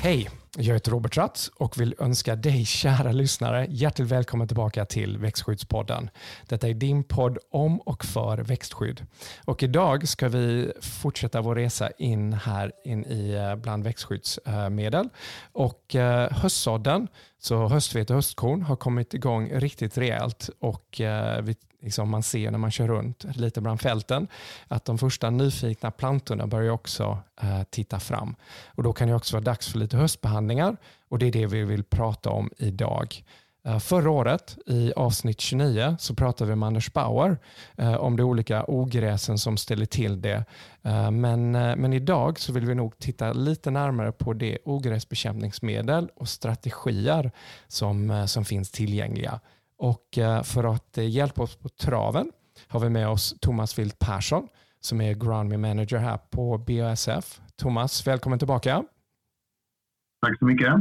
Hej, jag heter Robert Ratz och vill önska dig kära lyssnare hjärtligt välkommen tillbaka till Växtskyddspodden. Detta är din podd om och för växtskydd. Och idag ska vi fortsätta vår resa in i bland växtskyddsmedel. Och höstsådden, så höstvete och höstkorn har kommit igång riktigt rejält och man ser när man kör runt lite bland fälten att de första nyfikna plantorna börjar också titta fram. Och då kan det också vara dags för lite höstbehandlingar och det är det vi vill prata om idag. Förra året i avsnitt 29 så pratade vi med Anders Bauer om de olika ogräsen som ställer till det. Men idag så vill vi nog titta lite närmare på det ogräsbekämpningsmedel och strategier som finns tillgängliga. Och för att hjälpa oss på traven har vi med oss Thomas Wildt Persson som är Agronomy Manager här på BASF. Thomas, välkommen tillbaka. Tack så mycket.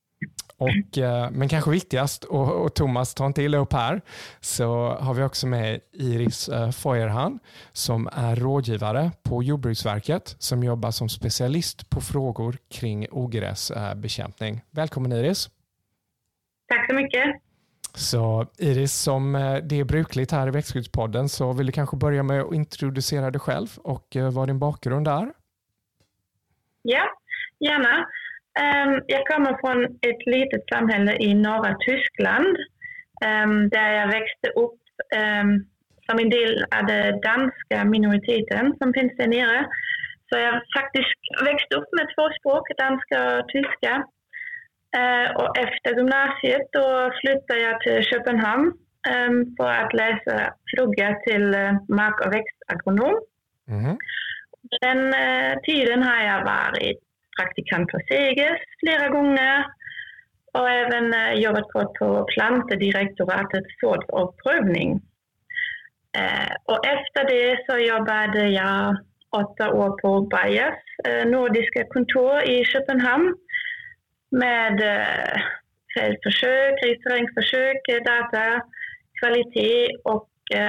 Men kanske viktigast, och Thomas tar inte illa upp här, så har vi också med Iris Feuerhahn som är rådgivare på Jordbruksverket som jobbar som specialist på frågor kring ogräsbekämpning. Välkommen Iris. Tack så mycket. Så Iris, som det är brukligt här i Växtskyddspodden så vill du kanske börja med att introducera dig själv och vad din bakgrund är? Ja, gärna. Jag kommer från ett litet samhälle i norra Tyskland där jag växte upp som en del av den danska minoriteten som finns där nere. Så jag faktiskt växte upp med två språk, danska och tyska. Och efter gymnasiet då flyttade jag till Köpenhamn för att plugga till mark- och växtagronom. Mm. Den tiden har jag varit praktikant på Seges flera gånger och även jobbat på plantedirektoratets sortavprövning. Och efter det så jobbade jag 8 år på Bayers nordiska kontor i Köpenhamn med fältförsök, registreringsförsök, data, kvalitet och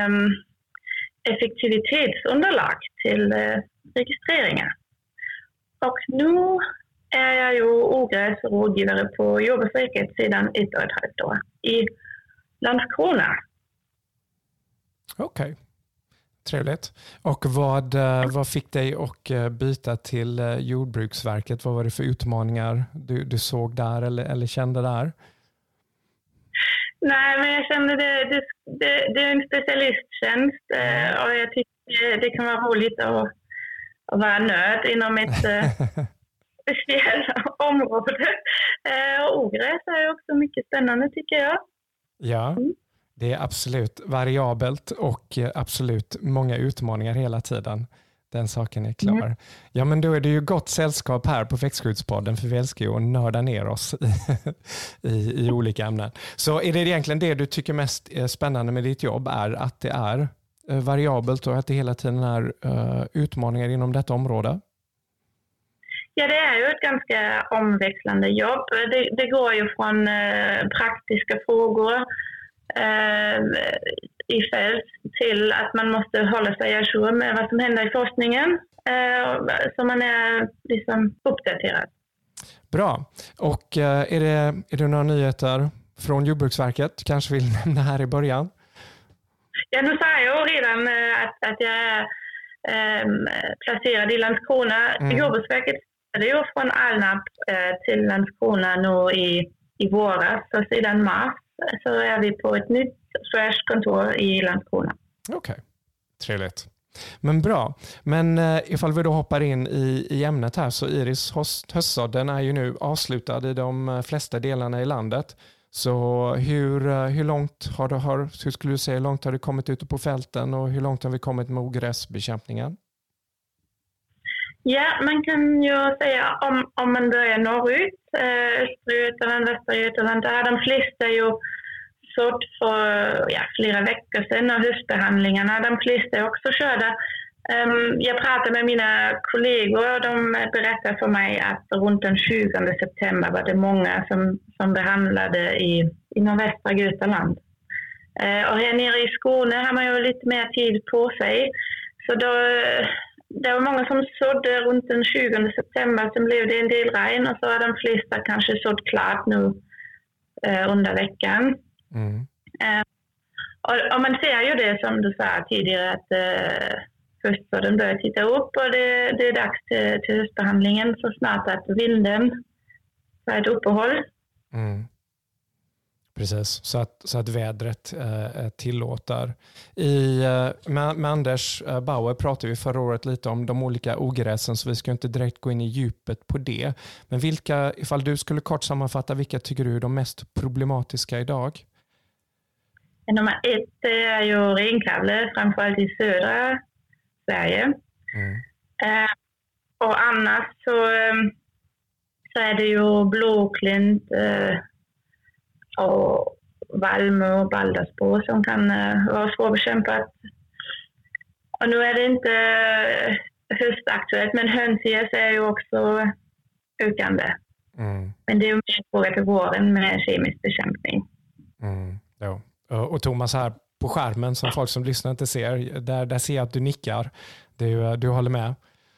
effektivitetsunderlag till registreringar. Och nu är jag ju ogräsrådgivare på Jordbruksverket sedan 1,5 år i Landskrona. Okej. Trevligt. Och vad fick dig att byta till Jordbruksverket? Vad var det för utmaningar du såg där eller kände där? Nej, men jag kände det är en specialisttjänst och jag tycker det kan vara roligt att vara nörd inom ett speciellt område. Och ogräs är också mycket spännande tycker jag. Ja. Det är absolut variabelt och absolut många utmaningar hela tiden. Den saken är klar. Mm. Ja, men då är det ju gott sällskap här på Växtskyddspodden för vi älskar ju att nörda ner oss i olika ämnen. Så är det egentligen det du tycker mest spännande med ditt jobb är att det är variabelt och att det hela tiden är utmaningar inom detta område? Ja, det är ju ett ganska omväxlande jobb. Det går ju från praktiska frågor i fält till att man måste hålla sig ajour med vad som händer i forskningen så man är liksom uppdaterad. Bra. Och är det några nyheter från Jordbruksverket? Kanske vill nämna här i början? Ja, nu sa jag redan att jag är placerad i Landskrona. Jordbruksverket är ju från Alnarp till Landskrona nu i våras, så sedan mars så är vi på ett nytt kontor i Landskrona. Okej, trevligt. Men bra. Men ifall vi då hoppar in i ämnet här så Iris, höstsådden är ju nu avslutad i de flesta delarna i landet. Så hur långt hur skulle du säga, långt har du kommit ute på fälten och hur långt har vi kommit med ogräsbekämpningen? Ja, man kan ju säga om man börjar norrut, Östergötland, Västergötland, där de flesta ju sått för flera veckor sedan och höstbehandlingarna, de flesta är också körda. Jag pratar med mina kollegor och de berättar för mig att runt den 20 september var det många som behandlade i nordvästra Götaland. Och här nere i Skåne har man ju lite mer tid på sig. Så det var många som sådde runt den 20 september. Sen blev det en del regn och så har de flesta kanske sådd klart nu under veckan. Och man ser ju det som du sa tidigare att först så de börjar titta upp och det är dags till höstbehandlingen så snart att vinden får ett uppehåll. Precis, så att vädret tillåter. Med Anders Bauer pratade vi förra året lite om de olika ogräsen så vi ska inte direkt gå in i djupet på det. Men ifall du skulle kort sammanfatta, vilka tycker du är de mest problematiska idag? Nummer 1 är ju renkavle, framförallt i södra Sverige. Och annars så är det ju blåklint och valmö och balderspår som kan vara svårbekämpat. Och nu är det inte höstaktuellt, men hönsgäss är ju också ökande. Men det är ju en fråga till våren med kemisk bekämpning. Ja. Och Thomas, här på skärmen som folk som lyssnar inte ser, där ser jag att du nickar. Du håller med?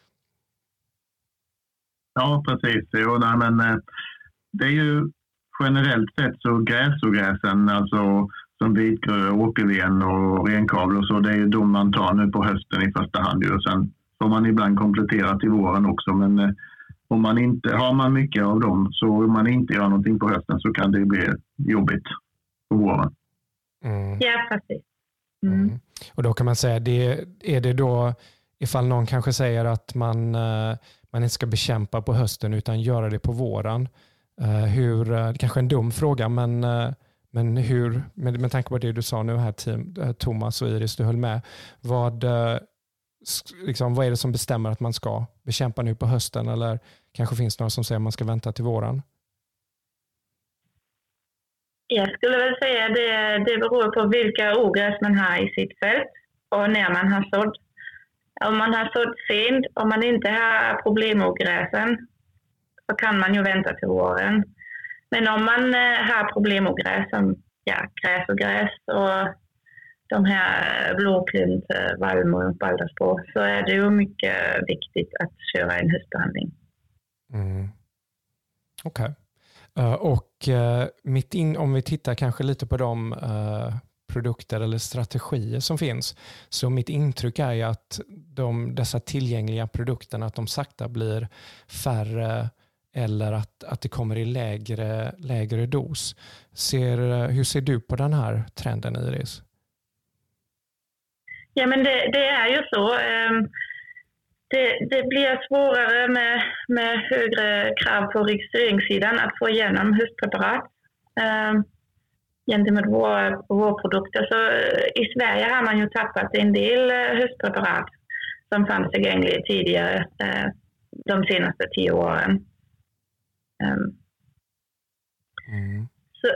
Ja, precis. Jo, nej, men det är ju generellt sett så gräsogräsen, alltså som vitgrö, åkerven och renkavle och så, det är ju de man tar nu på hösten i första hand. Och sen får man ibland komplettera till våren också, men om man inte har man mycket av dem, så om man inte gör någonting på hösten så kan det bli jobbigt på våren. Ja, precis. Och då kan man säga, är det då, ifall någon kanske säger att man inte ska bekämpa på hösten utan göra det på våren. Det kanske är en dum fråga, men hur, med tanke på det du sa nu här, Thomas och Iris, du höll med. Vad är det som bestämmer att man ska bekämpa nu på hösten, eller kanske finns det några som säger att man ska vänta till våren? Jag skulle väl säga det beror på vilka ogräs man har i sitt fält och när man har sådd. Om man har sådd sent, om man inte har problemogräsen, så kan man ju vänta till våren. Men om man har problemogräs som gräs och de här blåklint, valmö och balderspår, så är det ju mycket viktigt att köra en höstbehandling. Okej. Och om vi tittar kanske lite på de produkter eller strategier som finns, så mitt intryck är ju att dessa tillgängliga produkterna, att de sakta blir färre eller att det kommer i lägre dos. Hur ser du på den här trenden, Iris? Ja, men det är ju så. Det blir svårare med högre krav på registreringssidan att få igenom höstpreparat gentemot våra produkter. Så i Sverige har man ju tappat en del höstpreparat som fanns tillgängliga tidigare de senaste 10 åren. Så.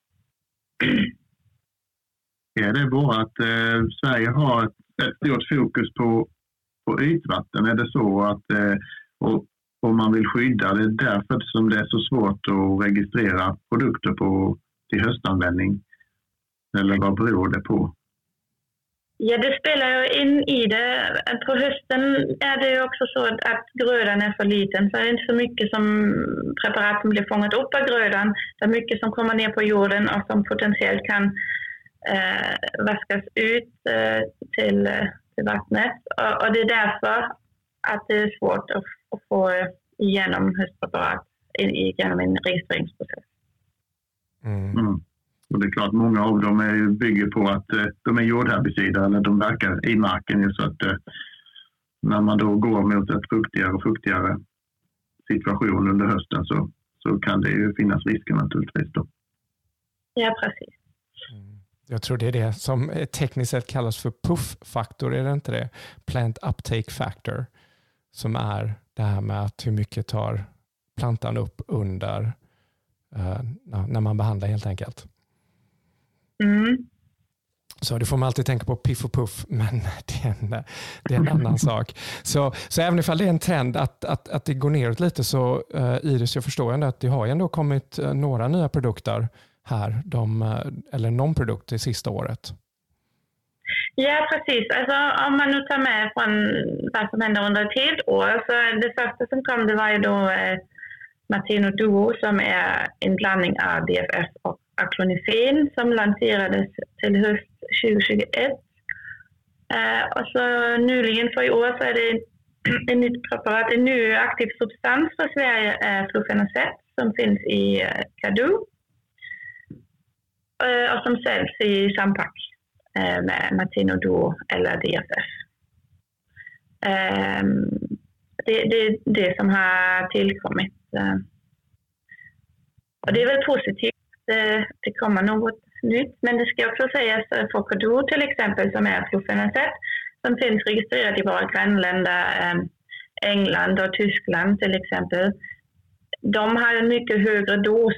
Ja, det är bara att Sverige har ett stort fokus på ytvatten. Är det så att om man vill skydda det, därför som det är så svårt att registrera produkter till höstanvändning? Eller vad beror det på? Ja, det spelar ju in i det. På hösten är det ju också så att grödan är för liten. Så det är inte så mycket som preparat som blir fångat upp av grödan. Det är mycket som kommer ner på jorden och som potentiellt kan vaskas ut till vattnet. Och det är därför att det är svårt att få igenom höstpreparat genom en registreringsprocess. Och det är klart, många av dem bygger på att de är jordherbicider eller de verkar i marken. Så att när man då går mot ett fuktigare situation under hösten så kan det ju finnas risker naturligtvis då. Ja, precis. Jag tror det är det som tekniskt sett kallas för puff-faktor, är det inte det? Plant uptake factor, som är det här med att hur mycket tar plantan upp under när man behandlar helt enkelt. Så det får man alltid tänka på piff och puff, men det är en annan sak. Så även ifall det är en trend att det går neråt lite, så Iris, jag förstår ändå att det har ändå kommit några nya produkter här, eller någon produkt det sista året. Ja, precis. Alltså, om man nu tar med från vad som händer under ett helt år, så det första som kom, det var ju då Martino Duo, som är en blandning av DFF och Aclonifen, som lanserades till höst 2021. Och så nyligen för i år så är det en nytt preparat, en ny aktiv substans för Sverige är flufenacet, som finns i Kadu och som säljs i sampack med Martino Duo eller DFF. Det är det som har tillkommit. Och det är väl positivt att det kommer något nytt, men det ska också sägas för Kadu till exempel, som är flufenacet, som finns registrerat i våra grannländer, England och Tyskland till exempel. De har en mycket högre dos.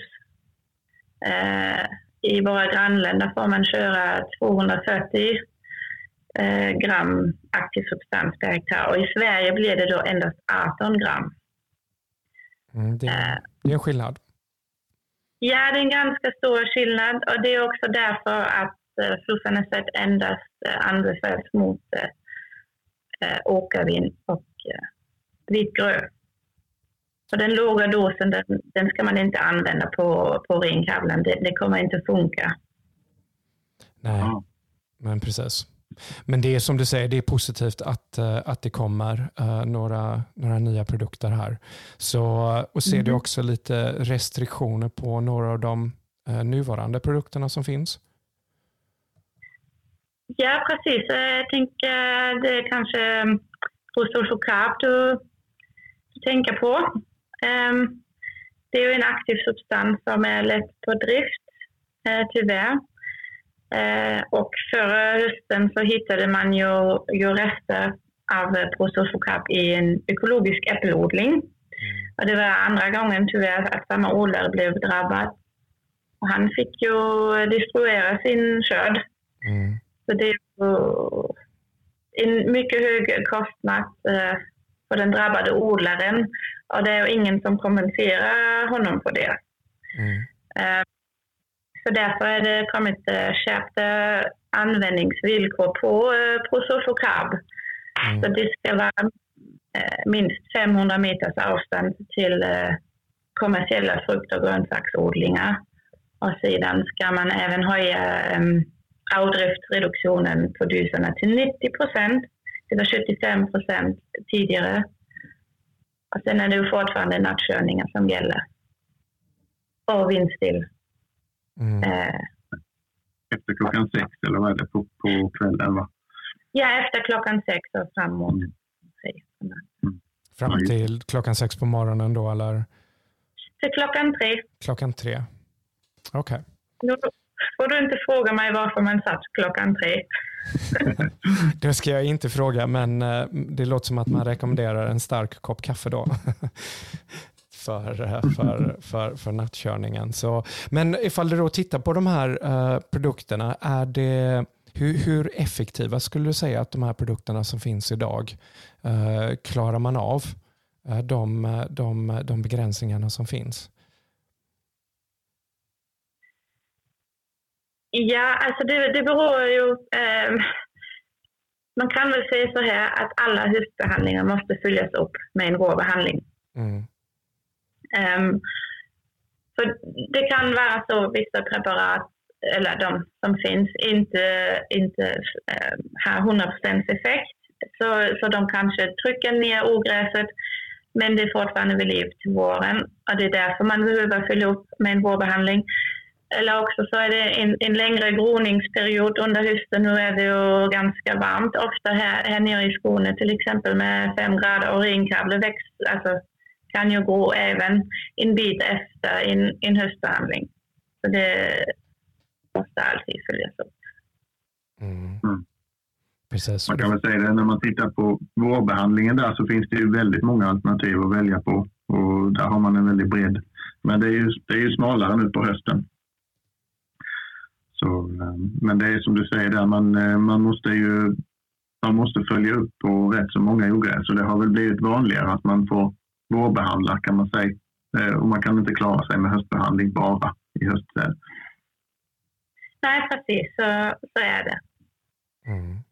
I våra grannländer får man köra 240 gram aktiv substans per hektar, och i Sverige blir det då endast 18 gram. Det är en skillnad. Ja, det är en ganska stor skillnad, och det är också därför att flufenacet endast anbefalls mot åkervin och vitgrö. Så den låga dosen, den ska man inte använda på renkavlen. Det kommer inte att funka. Nej, men precis. Men det är som du säger, det är positivt att det kommer några nya produkter här. Och ser du också lite restriktioner på några av de nuvarande produkterna som finns? Ja, precis. Jag tänker det är kanske Prosulfocarb du tänker på. Det är ju en aktiv substans som är lätt på drift, tyvärr. Och förra hösten så hittade man ju rester av Prosulfocarb i en ekologisk äppelodling. Och det var andra gången tyvärr att samma odlare blev drabbad. Och han fick ju distribuera sin skörd. Så det är ju en mycket hög kostnad för den drabbade odlaren. Och det är ju ingen som kompenserar honom på det. Så därför är det kommit skärpta användningsvillkor på Prosulfocarb. Så det ska vara minst 500 meters avstånd till kommersiella frukt- och grönsaksodlingar. Och sedan ska man även höja avdriftsreduktionen på dysorna till 90%. Det var 75% tidigare. Och sen är det ju fortfarande nattkörningar som gäller. Och vindstill. Efter klockan 6 eller vad är det på kvällen, va? Ja, efter klockan 6 och framåt. Fram till klockan 6 på morgonen då, eller? Till klockan 3. Klockan 3. Okej. Då får du inte fråga mig varför man satt klockan 3. Det ska jag inte fråga, men det låter som att man rekommenderar en stark kopp kaffe då. för nattkörningen. Så, men ifall du då tittar på de här produkterna, är det, hur effektiva skulle du säga att de här produkterna som finns idag, klarar man av de begränsningarna som finns? Ja, alltså det beror ju... man kan väl säga så här att alla höstbehandlingar måste följas upp med en råbehandling. För det kan vara så vissa preparat, eller de som finns, inte har 100% effekt. Så de kanske trycker ner ogräset, men det är fortfarande vid liv till våren. Och det är därför man behöver följa upp med en vårbehandling. Eller också så är det en längre groningsperiod under hösten. Nu är det ju ganska varmt. Ofta här nere i Skåne till exempel med 5 grader, och renkavle kan ju gå även en bit efter en höstbehandling. Så det måste alltid följas upp. Precis. Man kan väl säga det, när man tittar på vårbehandlingen där så finns det ju väldigt många alternativ att välja på. Och där har man en väldigt bredd. Men det är ju smalare nu på hösten. Så, men det är som du säger där, man måste följa upp på rätt så många ogräs. Så det har väl blivit vanligare att man får vårbehandla, kan man säga. Och man kan inte klara sig med höstbehandling bara i höstträd. Nej, precis. Så är det.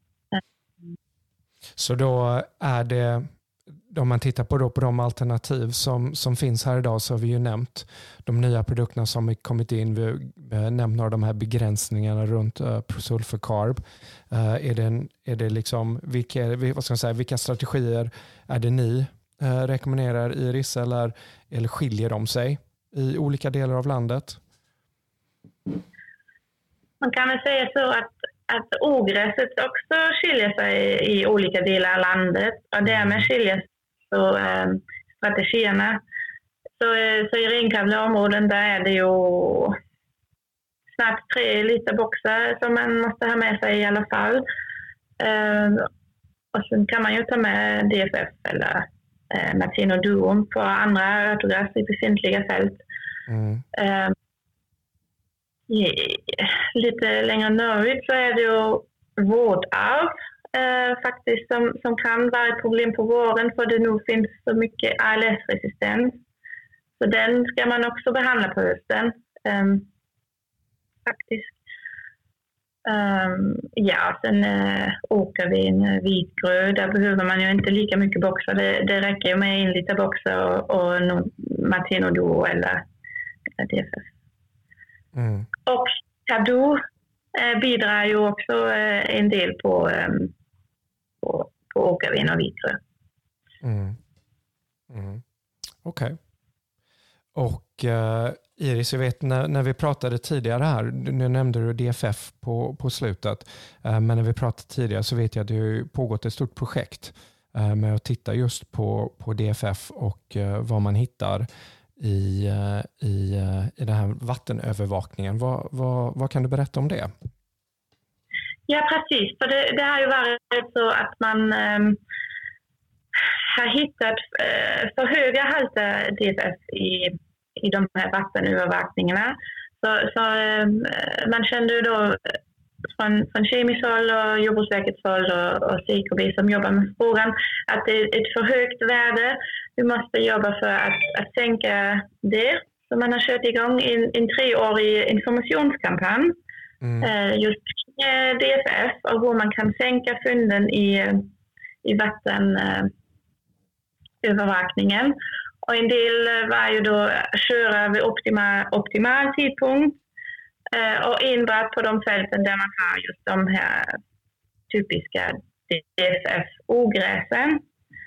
Så då är det, om man tittar på de alternativ som finns här idag, så har vi ju nämnt de nya produkterna som har kommit in. Vi nämnt några av de här begränsningarna runt prosulfocarb. Är det liksom, vilka strategier är det ni rekommenderar, Iris, eller skiljer de sig i olika delar av landet? Man kan väl säga så att ogräset också skiljer sig i olika delar av landet, och därmed skiljer så strategierna. Så i renkavliga områden där är det ju snart 3 liter boxar som man måste ha med sig i alla fall. Och sen kan man ju ta med DFF eller Martino Duo på andra örtogräs i befintliga fält. Lite längre norrut så är det ju vårdarv faktiskt som kan vara ett problem på våren, för det nu finns så mycket ALS-resistens. Så den ska man också behandla på hösten faktiskt. Sen åker vi en vitgröd. Där behöver man ju inte lika mycket boxar. Det räcker ju med 1 liter boxar och Martino Duo eller DFF. Och Kado bidrar ju också en del på åkervin och vitgröd. Okej. Och Iris, jag vet när vi pratade tidigare här, nu nämnde du DFF på slutet, men när vi pratade tidigare så vet jag att det har pågått ett stort projekt med att titta just på DFF och vad man hittar i den här vattenövervakningen. Vad kan du berätta om det? Ja, precis. För det har ju varit så att man har hittat för höga halter DFF i de här vattenövervakningarna. Så man kände ju då från kemiskt håll och Jordbruksverkets håll och CKB som jobbar med frågan att det är ett för högt värde. Vi måste jobba för att sänka det. Så man har kört igång en 3-årig informationskampanj just DFF och hur man kan sänka fynden i vattenövervakningen. Och en del var ju då köra vid optimal tidpunkt och enbart på de fälten där man har just de här typiska DFF-ogräsen.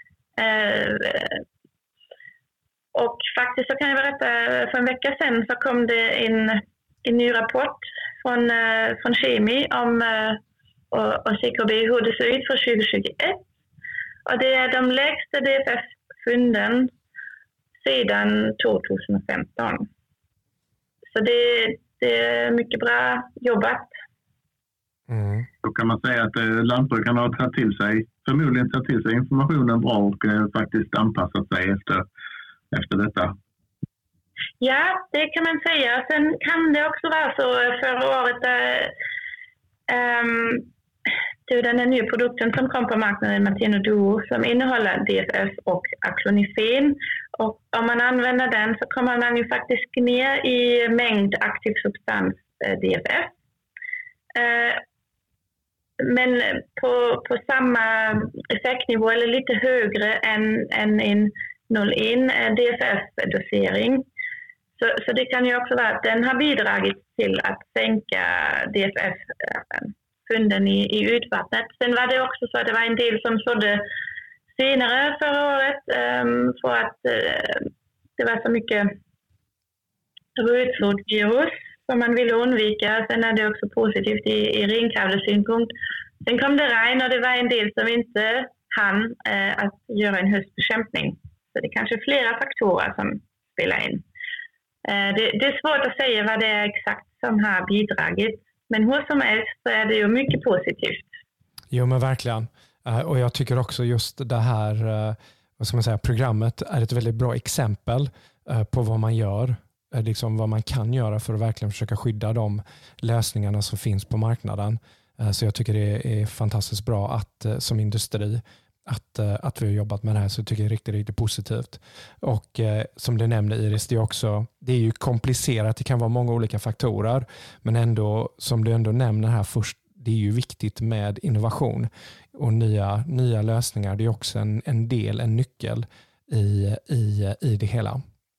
Och faktiskt så kan jag berätta, för en vecka sedan så kom det en ny rapport från Kemi och CKB hur det ser ut för 2021. Och det är de lägsta DFF-fynden sedan 2015. Så det är mycket bra jobbat. Då kan man säga att lantbrukarna har förmodligen tagit till sig informationen bra och faktiskt anpassat sig efter detta. Ja, det kan man säga. Sen kan det också vara så förra året det är den här nya produkten som kom på marknaden, Martino Duo, som innehåller DFF och aklonifen. Och om man använder den så kommer man ju faktiskt ner i mängd aktiv substans DFF. Men på samma effektnivå eller lite högre än en 0,1 DFF-dosering. Så det kan ju också vara att den har bidragit till att sänka DFF-fynden i utvattnet. Sen var det också så att det var en del som sådde senare förra året för att det var så mycket rödflodvirus som man ville undvika. Sen är det också positivt i renkavlesynpunkt. Sen kom det regn och det var en del som inte hann att göra en höstbekämpning. Så det är kanske flera faktorer som spelar in. Det är svårt att säga vad det är exakt som har bidragit. Men hur som helst så är det ju mycket positivt. Jo, men verkligen. Och jag tycker också just det här programmet är ett väldigt bra exempel på vad man gör. Liksom vad man kan göra för att verkligen försöka skydda de lösningarna som finns på marknaden. Så jag tycker det är fantastiskt bra att som industri att vi har jobbat med det här, så tycker jag det är riktigt, riktigt positivt. Och som du nämnde, Iris, det är ju komplicerat, det kan vara många olika faktorer, men ändå som du ändå nämner här först, det är ju viktigt med innovation och nya lösningar. Det är också en nyckel i det hela.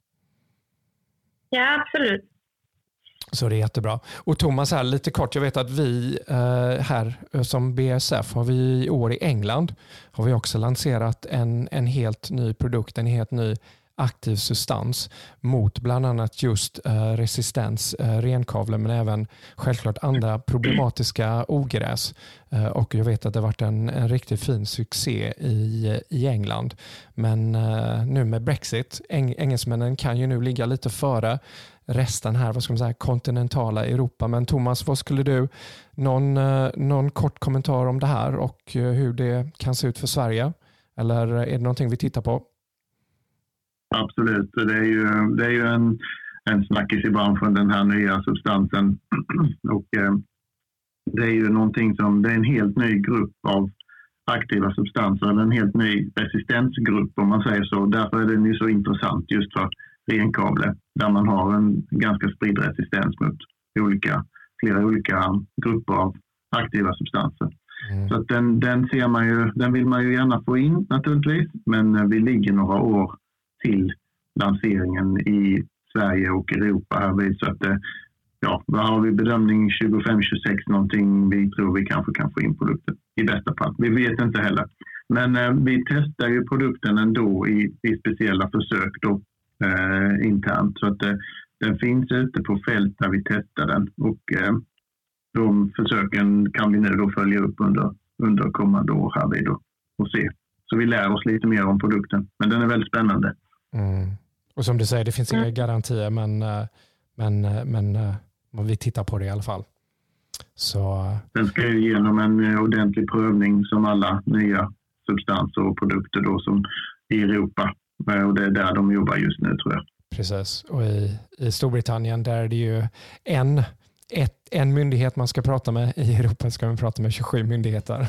Ja, absolut. Så det är jättebra. Och Thomas, här lite kort, jag vet att vi här som BSF har vi i år i England har vi också lanserat en helt ny produkt, en helt ny aktiv substans mot bland annat just resistens, renkavle, men även självklart andra problematiska ogräs. Och jag vet att det har varit en riktigt fin succé i England. Men nu med Brexit, engelsmännen kan ju nu ligga lite före resten här, vad ska man säga, kontinentala Europa. Men Thomas, vad skulle du, någon kort kommentar om det här och hur det kan se ut för Sverige? Eller är det någonting vi tittar på? Absolut, det är ju en snackis i branschen, den här nya substansen. Och det är ju någonting det är en helt ny grupp av aktiva substanser, eller en helt ny resistensgrupp om man säger så. Därför är den ju så intressant just för renkavle, där man har en ganska spridd resistens mot flera olika grupper av aktiva substanser. Så att den vill man ju gärna få in naturligtvis, men vi ligger några år till lanseringen i Sverige och Europa här. Så att vad har vi bedömning 25-26 någonting, vi tror vi kanske kan få in produkten i bästa fall. Vi vet inte heller. Men vi testar ju produkten ändå i speciella försök då internt, så att den finns ute på fält där vi testar den, och de försöken kan vi nu då följa upp under kommande år här vid då och se. Så vi lär oss lite mer om produkten, men den är väldigt spännande. Och som du säger, det finns inga garantier, men vi tittar på det i alla fall. Så den ska ju genom en ordentlig prövning som alla nya substanser och produkter då som i Europa. Och det är där de jobbar just nu, tror jag. Precis. Och i Storbritannien, där är det ju en myndighet man ska prata med. I Europa ska man prata med 27 myndigheter.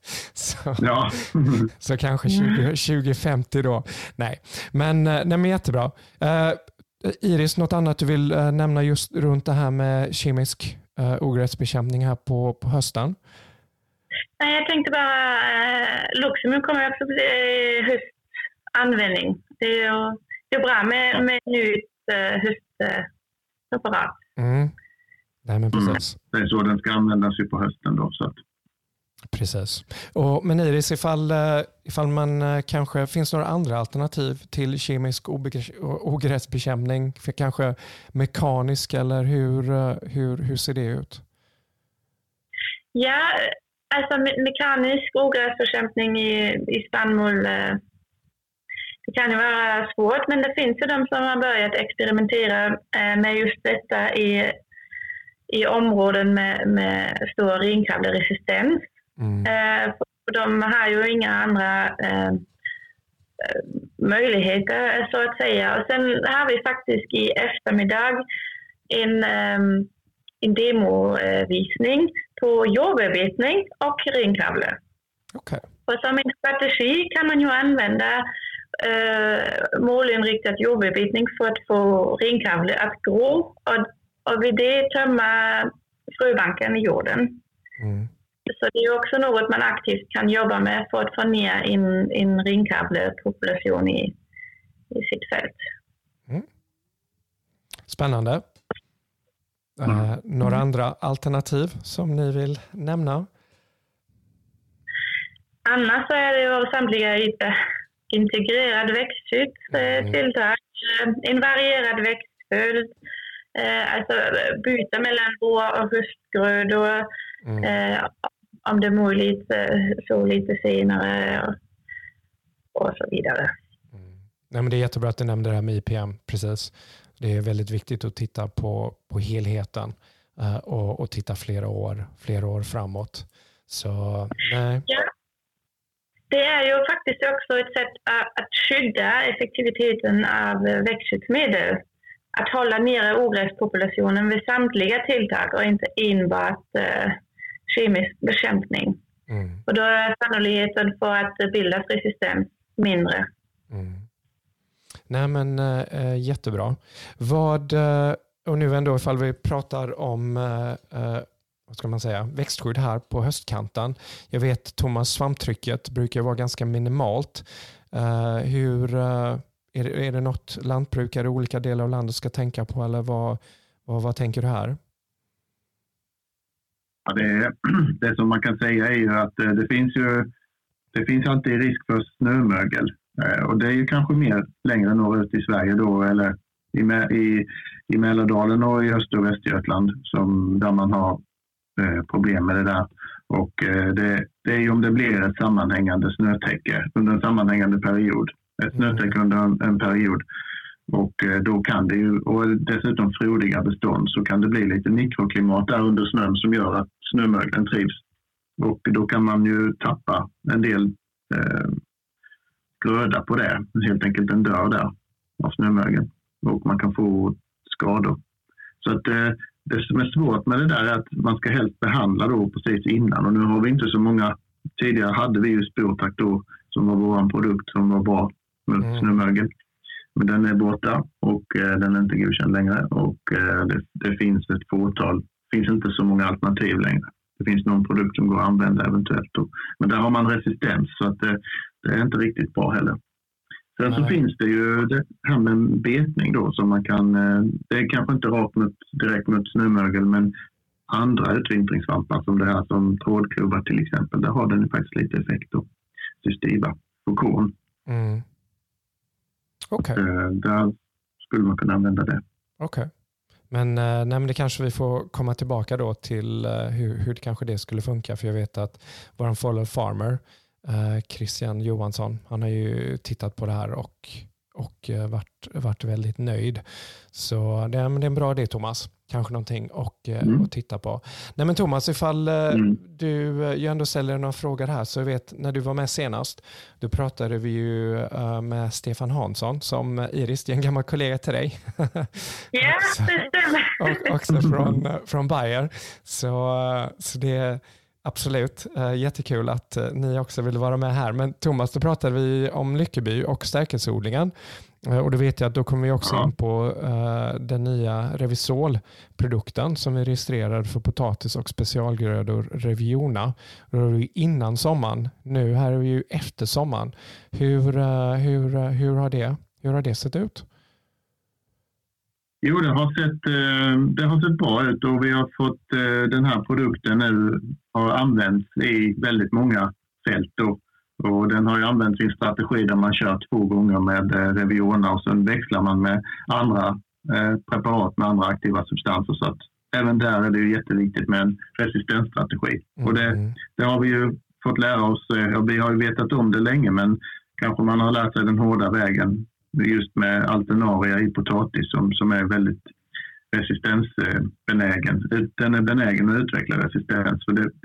Så kanske 2050 då. Nej, men jättebra. Iris, något annat du vill nämna just runt det här med kemisk ogräsbekämpning här på hösten? Nej, jag tänkte bara Luxemburg kommer också bli höstanvändning. Det är bra med nytt höstpreparat. Nej, men precis. Det är så den ska användas ju på hösten då. Så att. Precis. Men Iris, ifall man kanske, finns det några andra alternativ till kemisk ogräsbekämpning, för kanske mekanisk, eller hur ser det ut? Ja, alltså mekanisk ogräsbekämpning i spannmål, det kan ju vara svårt, men det finns ju de som har börjat experimentera med just detta i områden med stor renkavleresistens. De har ju inga andra möjligheter så att säga. Och sen har vi faktiskt i eftermiddag en demovisning på jordbearbetning och renkavle. Okay. Och som en strategi kan man ju använda målinriktad jordbearbetning för att få renkavle att gro och vid det tömma fröbanken i jorden. Så det är också något man aktivt kan jobba med för att få ner en renkavlepopulation i sitt fält. Spännande. Några andra alternativ som ni vill nämna? Annars så är det ju samtliga integrerad växtskyddstilltag, en varierad växtföljd, alltså byta mellan vår- och höstgrödor, om det är möjligt så lite senare och så vidare. Nej, men det är jättebra att du nämnde det här med IPM, precis. Det är väldigt viktigt att titta på helheten och titta flera år framåt. Så, nej. Ja. Det är ju faktiskt också ett sätt att skydda effektiviteten av växtskyddsmedel. Att hålla nere ogräspopulationen vid samtliga tilltag och inte enbart kemisk bekämpning. Och då är sannolikheten för att bildas resistens mindre. Nej, men jättebra. Och nu ändå ifall vi pratar om vad ska man säga, växtskydd här på höstkanten. Jag vet Thomas, svamptrycket brukar vara ganska minimalt. Är det något lantbrukare i olika delar av landet ska tänka på, eller vad tänker du här? Ja, det som man kan säga är ju att det finns alltid risk för snömögel. Och det är ju kanske mer längre norrut i Sverige då, eller i Mälardalen och i Öster- och Västergötland där man har problem med det där. Och det är ju om det blir ett sammanhängande snötäcke under en sammanhängande period. Ett snötäcke under en period. Och då kan det ju, och dessutom frodiga bestånd, så kan det bli lite mikroklimat där under snön som gör att snömöglen trivs. Och då kan man ju tappa en del gröda på det. Helt enkelt en dör där av snömögeln. Och man kan få skador. Så att det som är svårt med det där är att man ska helst behandla då precis innan. Och nu har vi inte så många. Tidigare hade vi ju Sportac då, som var vår produkt som var bra mot snömögel. Men den är borta och den är inte godkänd längre. Och det finns ett fåtal. Det finns inte så många alternativ längre. Det finns någon produkt som går att använda eventuellt då. Men där har man resistens, så att det är inte riktigt bra heller. Sen så finns det ju det här med betning då, som man kan, det är kanske inte rakt direkt mot snömögel, men andra utvintringsvampar som det här som trådklubbar till exempel, där har den faktiskt lite effekt då. Cystiva på korn. Okej. Där skulle man kunna använda det. Okej. Men det kanske vi får komma tillbaka då till hur kanske det skulle funka, för jag vet att vår follow farmer Christian Johansson, han har ju tittat på det här och varit väldigt nöjd. Så det är en bra idé, Thomas. Kanske någonting att titta på. Nej, men Thomas, ifall du ju ändå ställer några frågor här, så jag vet när du var med senast, då pratade vi ju med Stefan Hansson som Iris, det är en gammal kollega till dig. Ja, det stämmer. Och också från Bayer. Så det är absolut jättekul att ni också vill vara med här. Men Thomas, då pratade vi om Lyckeby och stärkelseodlingen. Och då vet jag att då kommer vi också in på den nya Revisol-produkten som är registrerad för potatis och specialgrödor Reviona. Då är det innan sommaren. Nu här är vi ju efter sommaren. Hur har det sett ut? Jo, det har sett bra ut, och vi har fått den här produkten nu har använts i väldigt många fält då. Och den har ju använt sin strategi där man kör 2 gånger med Reviona och sen växlar man med andra preparat med andra aktiva substanser. Så att även där är det ju jätteviktigt med en resistensstrategi. Och det har vi ju fått lära oss, och vi har ju vetat om det länge, men kanske man har lärt sig den hårda vägen just med alternaria i potatis som är väldigt resistensbenägen. Den är benägen att utveckla resistens, för det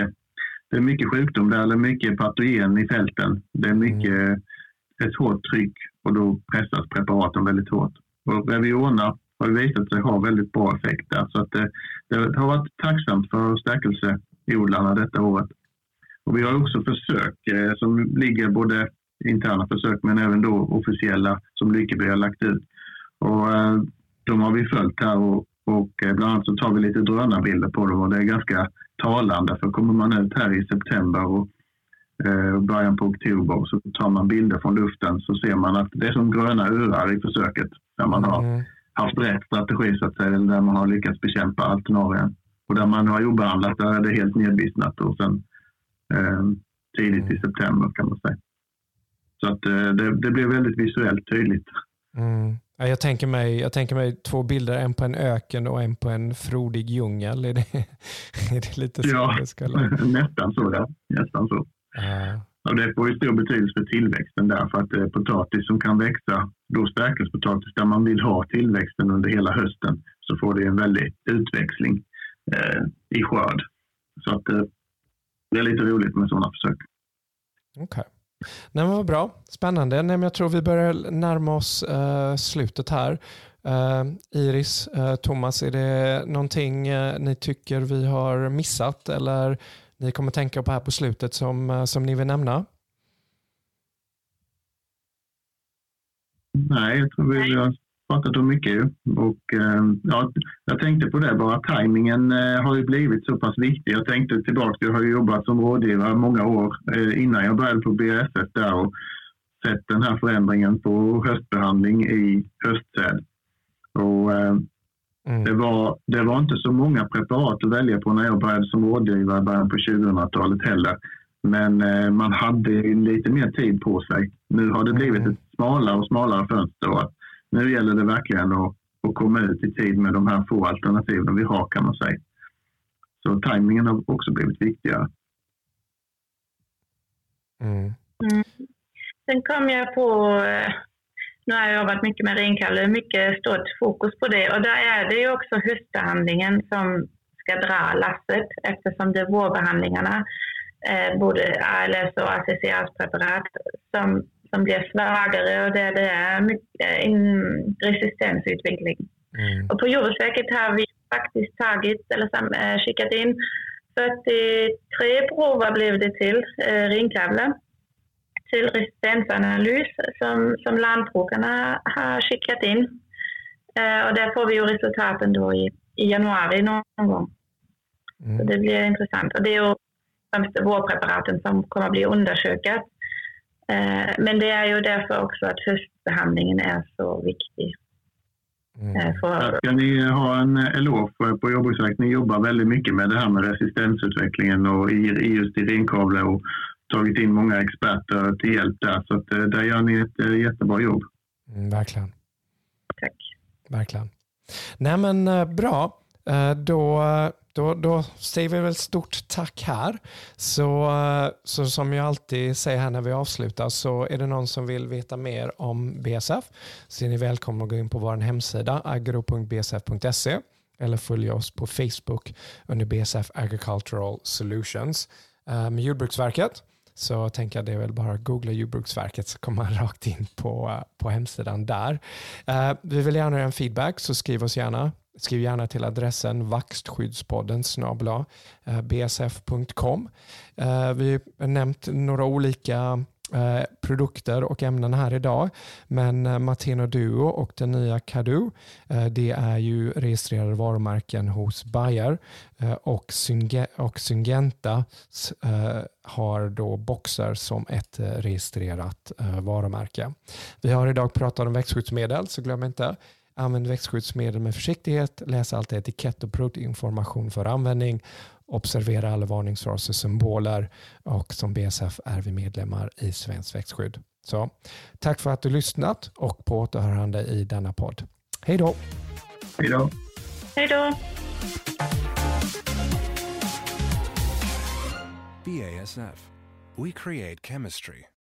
är mycket sjukdom där, eller mycket patogen i fälten. Det är mycket ett hårt tryck, och då pressas preparaten väldigt hårt. Och Reviona har ju visat sig ha väldigt bra effekt där, så att det har varit tacksamt för stärkelseodlarna detta året. Och vi har också försök som ligger både interna försök men även då officiella som Lyckeby har lagt ut. Och de har vi följt här, och bland annat så tar vi lite drönarbilder på dem, och det är ganska talande, för kommer man ut här i september och början på oktober, så tar man bilder från luften, så ser man att det är som gröna urar i försöket där man har haft rätt strategi så att säga, eller där man har lyckats bekämpa alternarien. Och där man har obehandlat, där är det helt nedvissnat, och sen tidigt i september kan man säga. Så att det blir väldigt visuellt tydligt. Jag tänker mig 2 bilder, en på en öken och en på en frodig djungel. Är det lite så? Ja, nästan så. Ja. Nästan så. Och det får ju stor betydelse för tillväxten där, för att potatis som kan växa, då stärkelsepotatis där man vill ha tillväxten under hela hösten, så får det en väldig utväxling i skörd. Så att det är lite roligt med sådana försök. Okej. Nej, men vad bra. Spännande. Nej, men jag tror vi börjar närma oss slutet här. Iris, Thomas, är det någonting ni tycker vi har missat eller ni kommer tänka på här på slutet som ni vill nämna? Nej, jag tror vi har pratat om mycket ju. Och ja, jag tänkte på det bara, tajmingen har ju blivit så pass viktig. Jag tänkte tillbaka, jag har ju jobbat som rådgivare många år innan jag började på BASF där och sett den här förändringen på höstbehandling i höstsäd. Och det var inte så många preparat att välja på när jag började som rådgivare i början på 2000-talet heller. Men man hade lite mer tid på sig. Nu har det blivit ett smalare och smalare fönster. Nu gäller det verkligen att komma ut i tid med de här få alternativen vi har, kan man säga. Så tajmingen har också blivit viktigare. Sen kom jag på, nu har jag jobbat mycket med renkavle, mycket stort fokus på det. Och där är det ju också höstbehandlingen som ska dra lasset, eftersom det är vårbehandlingarna, både ALS och ACCS-preparat som blir svagare och där det är en resistensutveckling. Och på Jordbruksverket har vi faktiskt skickat in 43 prover blev det till renkavle till resistensanalys som lantbrukarna har skickat in. Och där får vi ju resultaten då i januari någon gång. Så det blir intressant. Och det är ju främst vårpreparaten som kommer att bli undersökat. Men det är ju därför också att höstbehandlingen är så viktig. Ska ni ha en eloge på Jordbruksverket? Ni jobbar väldigt mycket med det här med resistensutvecklingen och just i renkavle och tagit in många experter till hjälp där. Så att där gör ni ett jättebra jobb. Verkligen. Tack. Verkligen. Nej men bra. Då säger vi väl stort tack här. Så som jag alltid säger här när vi avslutar, så är det någon som vill veta mer om BASF så är ni välkomna att gå in på vår hemsida agro.bsf.se eller följa oss på Facebook under BASF Agricultural Solutions. Med Jordbruksverket så tänker jag det är väl bara att googla Jordbruksverket så kommer man rakt in på hemsidan där. Vi vill gärna ha en feedback, så skriv gärna till adressen vaxtskyddspodden@bsf.com. Vi har nämnt några olika produkter och ämnen här idag, men Martino Duo och den nya Kadu, det är ju registrerade varumärken hos Bayer, och Syngenta har då Boxer som ett registrerat varumärke. Vi har idag pratat om växtskyddsmedel, så glöm inte, använd växtskyddsmedel med försiktighet, läs alltid etikett och produktinformation för användning, observera alla varningsfraser och symboler, och som BASF är vi medlemmar i Svenskt växtskydd. Så tack för att du lyssnat och på återhörande i denna podd. Hej då! Hej då! Hej då! BASF. We create chemistry.